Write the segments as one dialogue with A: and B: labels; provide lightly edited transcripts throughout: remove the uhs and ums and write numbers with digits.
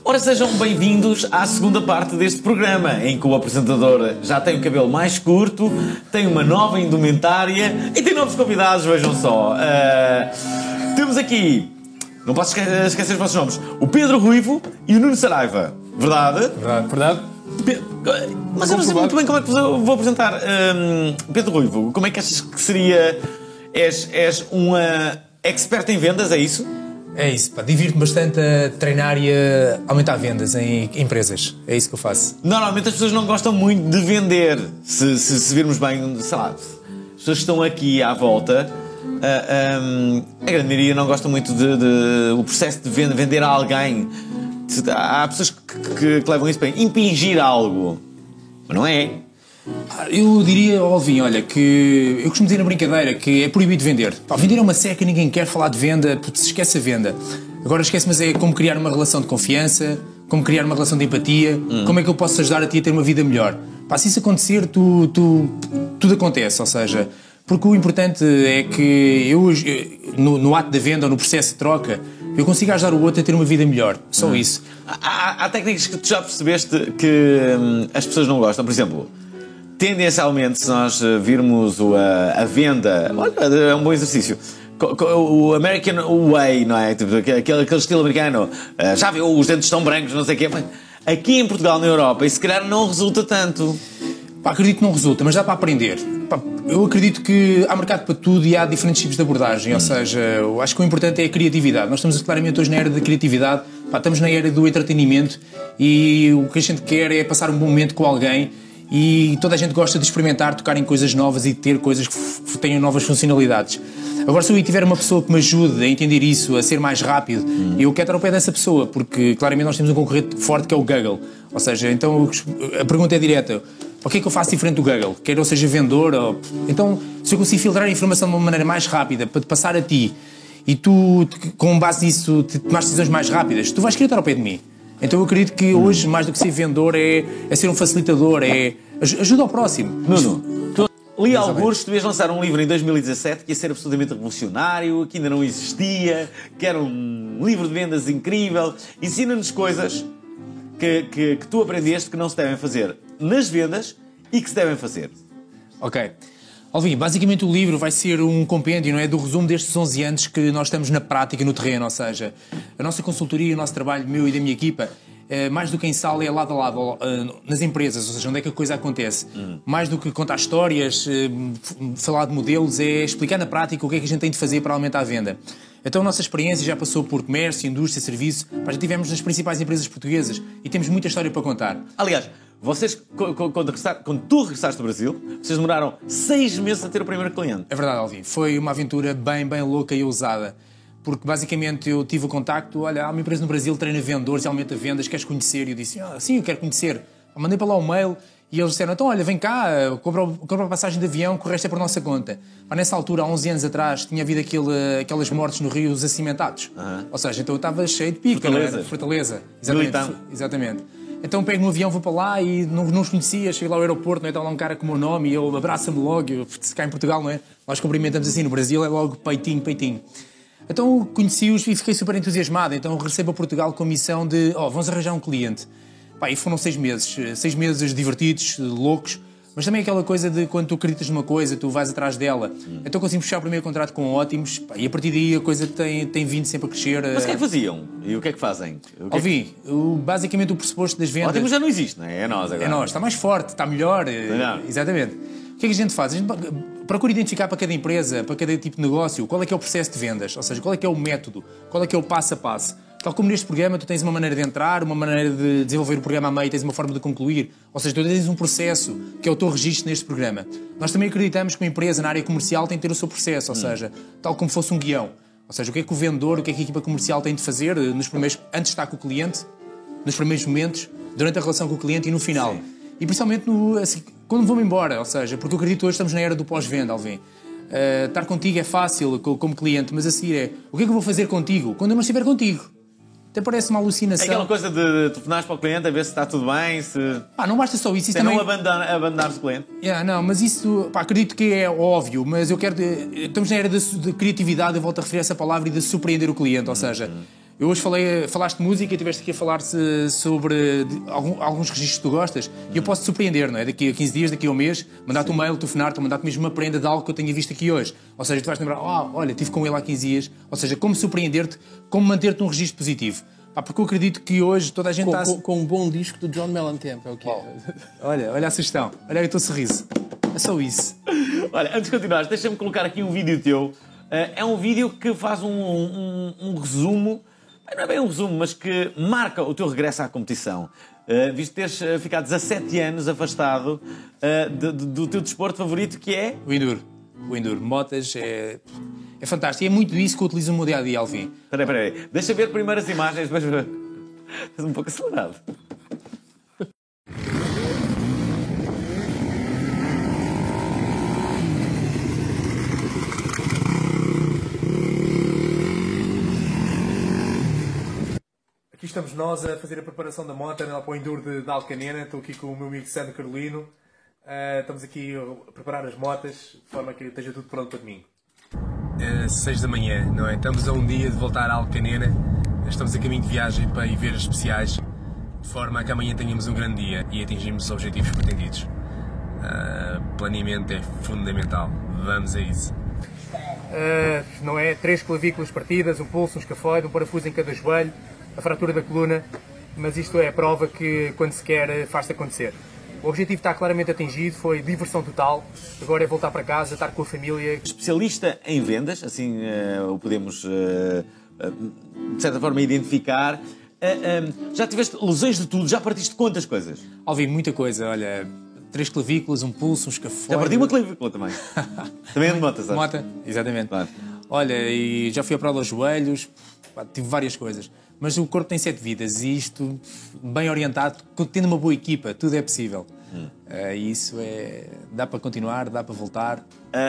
A: Ora, sejam bem-vindos à segunda parte deste programa, em que o apresentador já tem o cabelo mais curto, tem uma nova indumentária e tem novos convidados, vejam só. Temos aqui, não posso esquecer os vossos nomes, o Pedro Ruivo e o Nuno Saraiva. Verdade?
B: Verdade.
A: Mas eu não sei muito bem como é que vou apresentar. Pedro Ruivo, como é que achas que seria... És uma expert em vendas, é isso?
B: É isso, pá. Divirto-me bastante a treinar e a aumentar vendas em empresas. É isso que eu faço.
A: Normalmente as pessoas não gostam muito de vender. Se virmos bem, sei lá, as pessoas que estão aqui à volta, a grande maioria não gosta muito o processo de vender a alguém. Há pessoas que levam isso para impingir algo. Mas não é.
B: Eu diria, Alvin, olha, que eu costumo dizer na brincadeira que é proibido vender. Pá, vender é uma seca, ninguém quer falar de venda, porque se esquece a venda. Agora esquece, mas é como criar uma relação de confiança, como criar uma relação de empatia, como é que eu posso ajudar a ti a ter uma vida melhor. Pá, se isso acontecer, tudo acontece, ou seja, porque o importante é que eu, no ato da venda ou no processo de troca, eu consigo ajudar o outro a ter uma vida melhor. Só isso.
A: Há técnicas que tu já percebeste que as pessoas não gostam, por exemplo... Tendencialmente, se nós virmos a venda, olha, é um bom exercício. O American Way, não é? Tipo, aquele estilo americano, já viu, os dentes estão brancos, não sei o quê. Aqui em Portugal, na Europa, isso se calhar não resulta tanto.
B: Pá, acredito que não resulta, mas dá para aprender. Pá, eu acredito que há mercado para tudo e há diferentes tipos de abordagem. Ou seja, eu acho que o importante é a criatividade. Nós estamos claramente hoje na era da criatividade, pá, estamos na era do entretenimento e o que a gente quer é passar um bom momento com alguém. E toda a gente gosta de experimentar, tocar em coisas novas e ter coisas que tenham novas funcionalidades. Agora, se eu tiver uma pessoa que me ajude a entender isso, a ser mais rápido, eu quero estar ao pé dessa pessoa, porque claramente nós temos um concorrente forte que é o Google. Ou seja, então a pergunta é direta: o que é que eu faço diferente do Google? Quer eu seja vendedor? Então, se eu conseguir filtrar a informação de uma maneira mais rápida para te passar a ti, e tu, com base nisso, tomas decisões mais rápidas, tu vais querer estar ao pé de mim. Então eu acredito que hoje, mais do que ser vendedor, é ser um facilitador, é ajuda ao próximo.
A: Nuno, tu li alguns, tu ias lançar um livro em 2017 que ia ser absolutamente revolucionário, que ainda não existia, que era um livro de vendas incrível. Ensina-nos coisas que tu aprendeste que não se devem fazer nas vendas e que se devem fazer.
B: Ok. Alvin, basicamente o livro vai ser um compêndio, não é, do resumo destes 11 anos que nós estamos na prática, no terreno, ou seja, a nossa consultoria, o nosso trabalho, meu e da minha equipa, mais do que em sala é lado a lado, nas empresas, ou seja, onde é que a coisa acontece. Mais do que contar histórias, falar de modelos, é explicar na prática o que é que a gente tem de fazer para aumentar a venda. Então a nossa experiência já passou por comércio, indústria, serviço, já estivemos nas principais empresas portuguesas e temos muita história para contar.
A: Aliás, vocês, quando tu regressaste do Brasil, vocês demoraram 6 meses a ter o primeiro cliente.
B: É verdade, Alvin. Foi uma aventura bem louca e ousada. Porque basicamente eu tive o contacto, olha, há uma empresa no Brasil, treina vendedores e aumenta vendas, queres conhecer? E eu disse, sim, eu quero conhecer. Mandei para lá um mail e eles disseram, então olha, vem cá, compra a passagem de avião, que o resto é por nossa conta. Mas nessa altura, há 11 anos atrás, tinha havido aquelas mortes no Rio, os acimentados. Ou seja, então eu estava cheio de pica. Fortaleza. Exatamente. Então pego no avião, vou para lá e não os conhecia, chego lá ao aeroporto, não é? Está lá um cara com o meu nome e ele abraça-me logo. Se cá em Portugal, não é? Nós cumprimentamos assim, no Brasil é logo peitinho. Então conheci-os e fiquei super entusiasmado. Então recebo a Portugal com a missão de, vamos arranjar um cliente. Pá, e foram 6 meses. 6 meses divertidos, loucos, mas também aquela coisa de quando tu acreditas numa coisa, tu vais atrás dela. Então conseguimos fechar o primeiro contrato com ótimos, pá, e a partir daí a coisa tem vindo sempre a crescer.
A: Mas o que é que faziam? E o que é que fazem?
B: Alvin, basicamente o pressuposto das vendas...
A: Ótimos já não existe, não é? É nós agora.
B: É nós, está mais forte, está melhor. Exatamente. O que é que a gente faz? A gente procura identificar para cada empresa, para cada tipo de negócio, qual é que é o processo de vendas, ou seja, qual é que é o método, qual é que é o passo a passo. Tal como neste programa, tu tens uma maneira de entrar, uma maneira de desenvolver o programa a meio, tens uma forma de concluir. Ou seja, tu tens um processo que é o teu registro neste programa. Nós também acreditamos que uma empresa na área comercial tem que ter o seu processo, ou seja, tal como fosse um guião. Ou seja, o que é que o vendedor, o que é que a equipa comercial tem de fazer antes de estar com o cliente, nos primeiros momentos, durante a relação com o cliente e no final. Sim. E principalmente quando vou-me embora, ou seja, porque eu acredito que hoje estamos na era do pós-venda, Alvin. Estar contigo é fácil como cliente, mas a seguir é o que é que eu vou fazer contigo quando eu não estiver contigo? Até parece uma alucinação.
A: É aquela coisa de telefonares para o cliente a ver se está tudo bem, se...
B: não basta só isso.
A: Também... não abandonar o cliente.
B: Não, mas isso, acredito que é óbvio, mas eu quero... Estamos na era de criatividade, eu volto a referir a essa palavra, e de surpreender o cliente, ou seja, Eu hoje falaste de música e estiveste aqui a falar sobre alguns registros que tu gostas e eu posso te surpreender, não é? Daqui a 15 dias, daqui a um mês, mandar-te um mail, telefonar-te, mandar-te mesmo uma prenda de algo que eu tenha visto aqui hoje. Ou seja, tu vais lembrar, olha, estive com ele há 15 dias. Ou seja, como surpreender-te, como manter-te um registro positivo. Porque eu acredito que hoje toda a gente está...
C: Com um bom disco do John Mellencamp, é o que é.
B: Olha a sugestão, olha o teu sorriso. É só isso.
A: Olha, antes de continuar, deixa-me colocar aqui um vídeo teu. É um vídeo que faz um resumo, não é bem um resumo, mas que marca o teu regresso à competição. Visto teres ficado 17 anos afastado do teu desporto favorito, que é...
B: O Enduro. O Enduro. Motas é fantástico. E é muito isso que eu utilizo no meu dia-a-dia, Alvin.
A: Espera aí. Deixa ver primeiro as imagens, depois... Estás um pouco acelerado.
B: Aqui estamos nós a fazer a preparação da moto para o Enduro de Alcanena. Estou aqui com o meu amigo Sandro Carolino. Estamos aqui a preparar as motas de forma que esteja tudo pronto para domingo. 6 da manhã, não é? Estamos a um dia de voltar a Alcanena. Estamos a caminho de viagem para ir ver as especiais, de forma a que amanhã tenhamos um grande dia e atingirmos os objetivos pretendidos. Planeamento é fundamental. Vamos a isso. Não é? 3 clavículas partidas, um pulso, um escafoide, um parafuso em cada joelho, a fratura da coluna, mas isto é a prova que, quando se quer, faz-se acontecer. O objetivo está claramente atingido, foi diversão total, agora é voltar para casa, estar com a família.
A: Especialista em vendas, assim o podemos, de certa forma, identificar. Já tiveste lesões de tudo, já partiste de quantas coisas?
B: Ouvi muita coisa, olha, 3 clavículas, um pulso, um escafoide...
A: Já parti uma clavícula também. Também é de moto, sabes?
B: Mota, exatamente.
A: Claro.
B: Olha, e já fui a prova aos joelhos, tive várias coisas. Mas o corpo tem 7 vidas e isto, bem orientado, tendo uma boa equipa, tudo é possível. Isso é... Dá para continuar, dá para voltar.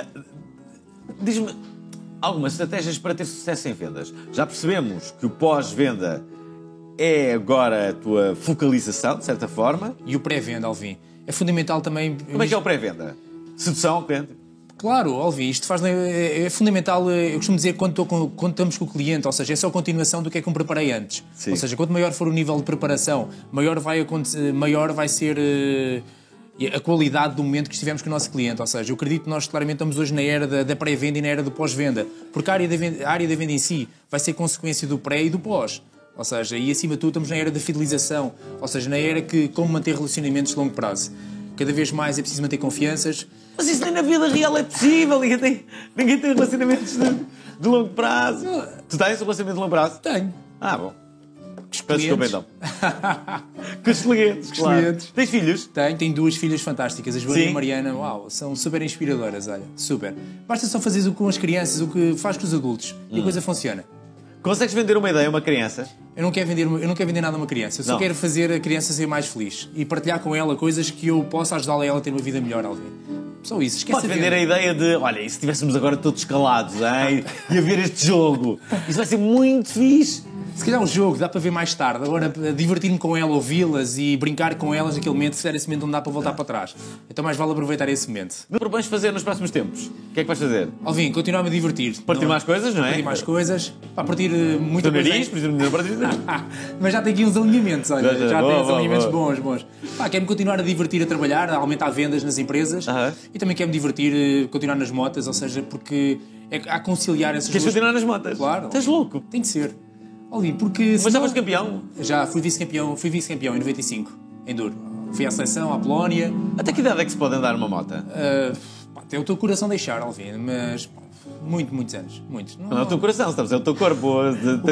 A: Diz-me algumas estratégias para ter sucesso em vendas. Já percebemos que o pós-venda é agora a tua focalização, de certa forma.
B: E o pré-venda, Alvin. É fundamental também...
A: Como é que é o pré-venda? Sedução ao cliente?
B: Claro, Alvin, isto é fundamental, eu costumo dizer, quando estamos com o cliente, ou seja, é só a continuação do que é que eu me preparei antes.
A: Sim.
B: Ou seja, quanto maior for o nível de preparação, maior vai ser a qualidade do momento que estivemos com o nosso cliente. Ou seja, eu acredito que nós claramente estamos hoje na era da pré-venda e na era do pós-venda, porque a área da venda em si vai ser consequência do pré e do pós. Ou seja, e acima de tudo estamos na era da fidelização, ou seja, na era que como manter relacionamentos de longo prazo. Cada vez mais é preciso manter confianças.
A: Mas isso nem na vida real é possível. Ninguém tem relacionamentos de longo prazo. Tu tens um relacionamento de longo prazo?
B: Tenho.
A: Bom.
B: Peço
A: desculpa então. Com os clientes, claro.
B: Clientes.
A: Tens filhos?
B: Tenho 2 filhas fantásticas, a Joana
A: Sim.
B: e a Mariana. Uau, são super inspiradoras, olha, super. Basta só fazeres com as crianças o que faz com os adultos e a coisa funciona.
A: Consegues vender uma ideia a uma criança?
B: Eu não quero vender nada a uma criança, eu só quero fazer a criança ser mais feliz e partilhar com ela coisas que eu possa ajudá-la a ela a ter uma vida melhor, Alvin. Só isso, esquece.
A: Pode vender a ideia de, olha, e se estivéssemos agora todos calados, hein? E a ver este jogo? Isso vai ser muito fixe.
B: Se calhar um jogo dá para ver mais tarde, agora divertir-me com ela, ouvi-las e brincar com elas naquele momento, se der esse momento não dá para voltar para trás. Então mais vale aproveitar esse momento.
A: O que propões fazer nos próximos tempos? O que é que vais fazer?
B: Alvin, continuar-me a divertir.
A: Partir mais coisas, não é?
B: Partir mais coisas, partir muita
A: Do
B: coisa.
A: nariz, por exemplo, partir do nariz.
B: Mas já tem aqui uns alinhamentos, olha, já tem uns alinhamentos
A: boa.
B: bons. Quero-me continuar a divertir a trabalhar, a aumentar vendas nas empresas e também quero-me divertir, continuar nas motas, ou seja, porque a conciliar essas
A: Queres
B: duas...
A: continuar nas motas?
B: Claro.
A: Estás louco?
B: Tem de ser. Alvin, porque...
A: Mas
B: senão-
A: estavas campeão?
B: Já, fui vice-campeão em 95, em Enduro. Fui à seleção, à Polónia.
A: Até que idade é que se pode andar numa moto?
B: Tem o teu coração deixar, Alvin, mas muitos anos. Muitos.
A: Não é o teu coração, estás a dizer, é o teu corpo.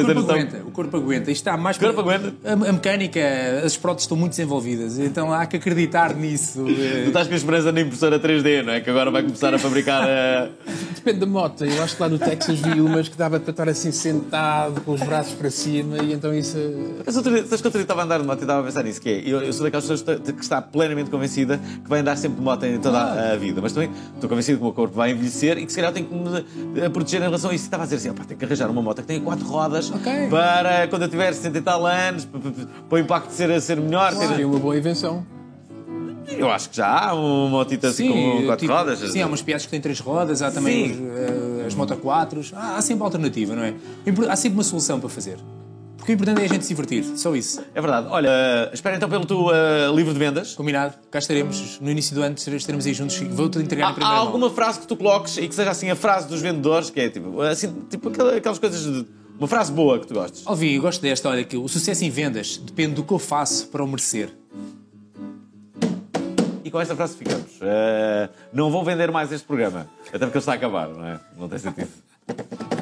B: O corpo aguenta. Isto está mais
A: O corpo aguenta?
B: A mecânica, as próteses estão muito desenvolvidas, então há que acreditar nisso.
A: Tu estás com a esperança na impressora 3D, não é? Que agora vai começar a fabricar
C: Depende da moto. Eu acho que lá no Texas vi umas que dava para estar assim sentado, com os braços para cima, e então isso...
A: Sabes que outro dia estava a andar de moto e estava a pensar nisso, que é, eu sou daquelas pessoas que está plenamente convencida que vai andar sempre de moto em toda a vida, mas também estou convencido que o meu corpo vai envelhecer e que se calhar tenho que me proteger em relação a isso. E estava a dizer assim, tenho que arranjar uma moto que tenha 4 rodas para quando eu tiver 60 e tal anos, para o impacto ser melhor.
C: Seria uma boa invenção.
A: Eu acho que já há uma motita assim com 4 rodas.
B: Sim, há umas piadas que têm 3 rodas, há também as Moto 4. Há sempre alternativa, não é? Há sempre uma solução para fazer. Porque o importante é a gente se divertir, só isso.
A: É verdade. Olha, espera então pelo teu livro de vendas.
B: Combinado? Cá estaremos, no início do ano estaremos aí juntos. Vou-te entregar em
A: Há
B: primeira mão.
A: alguma frase que tu coloques e que seja assim a frase dos vendedores, que é tipo, assim, tipo aquelas coisas de... Uma frase boa que tu gostes.
B: Alvin, eu gosto desta, olha, que o sucesso em vendas depende do que eu faço para o merecer.
A: E com esta frase ficamos. Não vou vender mais este programa. Até porque ele está a acabar, não é? Não tem sentido.